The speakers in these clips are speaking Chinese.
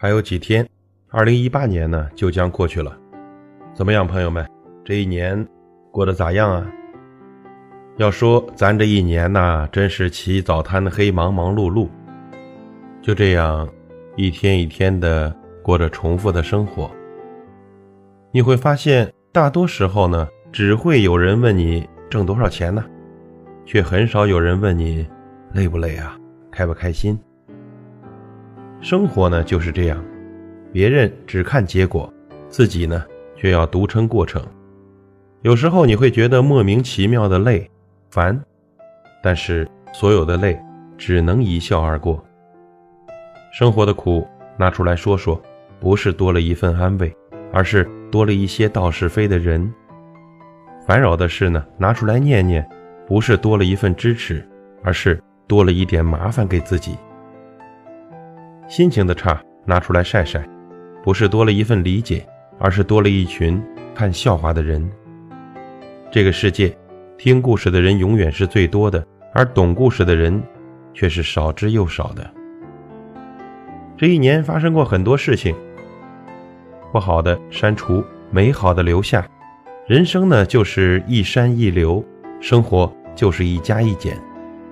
还有几天，2018年呢就将过去了。怎么样，朋友们，这一年过得咋样啊？要说咱这一年呐，真是起早贪黑，忙忙碌碌，就这样一天一天的过着重复的生活。你会发现，大多时候呢，只会有人问你挣多少钱呢，却很少有人问你累不累啊，开不开心。生活呢就是这样，别人只看结果，自己呢却要独撑过程。有时候你会觉得莫名其妙的累烦，但是所有的累只能一笑而过。生活的苦拿出来说说，不是多了一份安慰，而是多了一些道是非的人。烦扰的事呢拿出来念念，不是多了一份支持，而是多了一点麻烦给自己。心情的差拿出来晒晒，不是多了一份理解，而是多了一群看笑话的人。这个世界，听故事的人永远是最多的，而懂故事的人却是少之又少的。这一年发生过很多事情，不好的删除，美好的留下。人生呢就是一删一留，生活就是一加一减。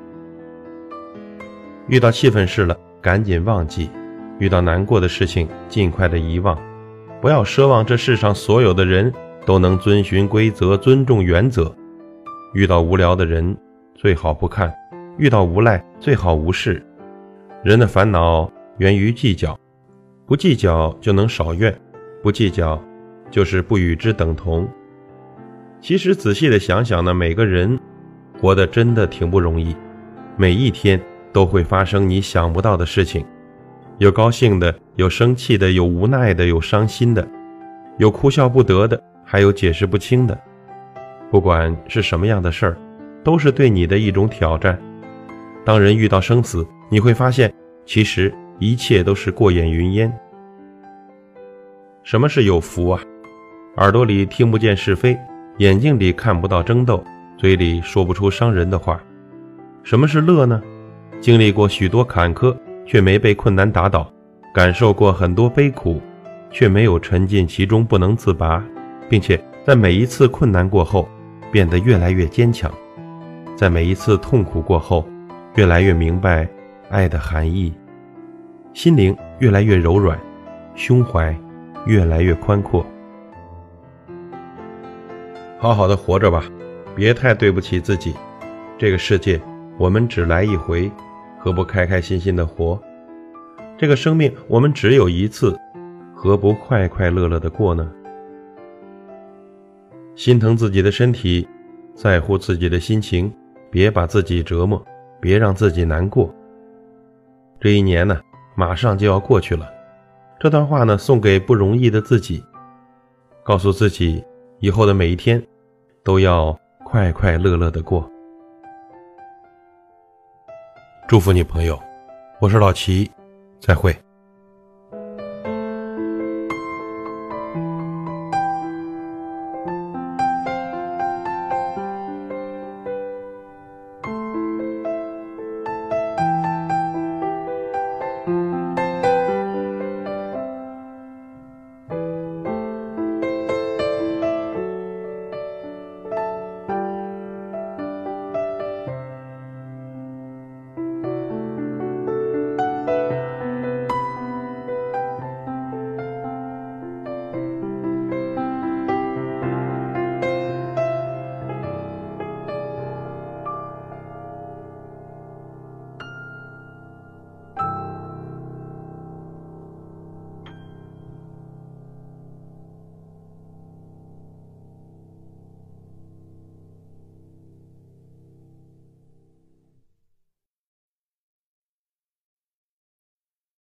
遇到气愤事了，赶紧忘记，遇到难过的事情尽快的遗忘。不要奢望这世上所有的人都能遵循规则，尊重原则。遇到无聊的人最好不看，遇到无赖最好无视。人的烦恼源于计较，不计较就能少怨，不计较就是不与之等同。其实仔细的想想呢，每个人活得真的挺不容易，每一天都会发生你想不到的事情，有高兴的，有生气的，有无奈的，有伤心的，有哭笑不得的，还有解释不清的。不管是什么样的事儿，都是对你的一种挑战。当人遇到生死，你会发现其实一切都是过眼云烟。什么是有福啊？耳朵里听不见是非，眼睛里看不到争斗，嘴里说不出伤人的话。什么是乐呢？经历过许多坎坷，却没被困难打倒，感受过很多悲苦，却没有沉浸其中不能自拔，并且在每一次困难过后变得越来越坚强，在每一次痛苦过后越来越明白爱的含义，心灵越来越柔软，胸怀越来越宽阔。好好的活着吧，别太对不起自己。这个世界我们只来一回，何不开开心心的活？这个生命我们只有一次，何不快快乐乐的过呢？心疼自己的身体，在乎自己的心情，别把自己折磨，别让自己难过。这一年呢，马上就要过去了。这段话呢，送给不容易的自己，告诉自己以后的每一天都要快快乐乐的过。祝福你朋友，我是老齐，再会。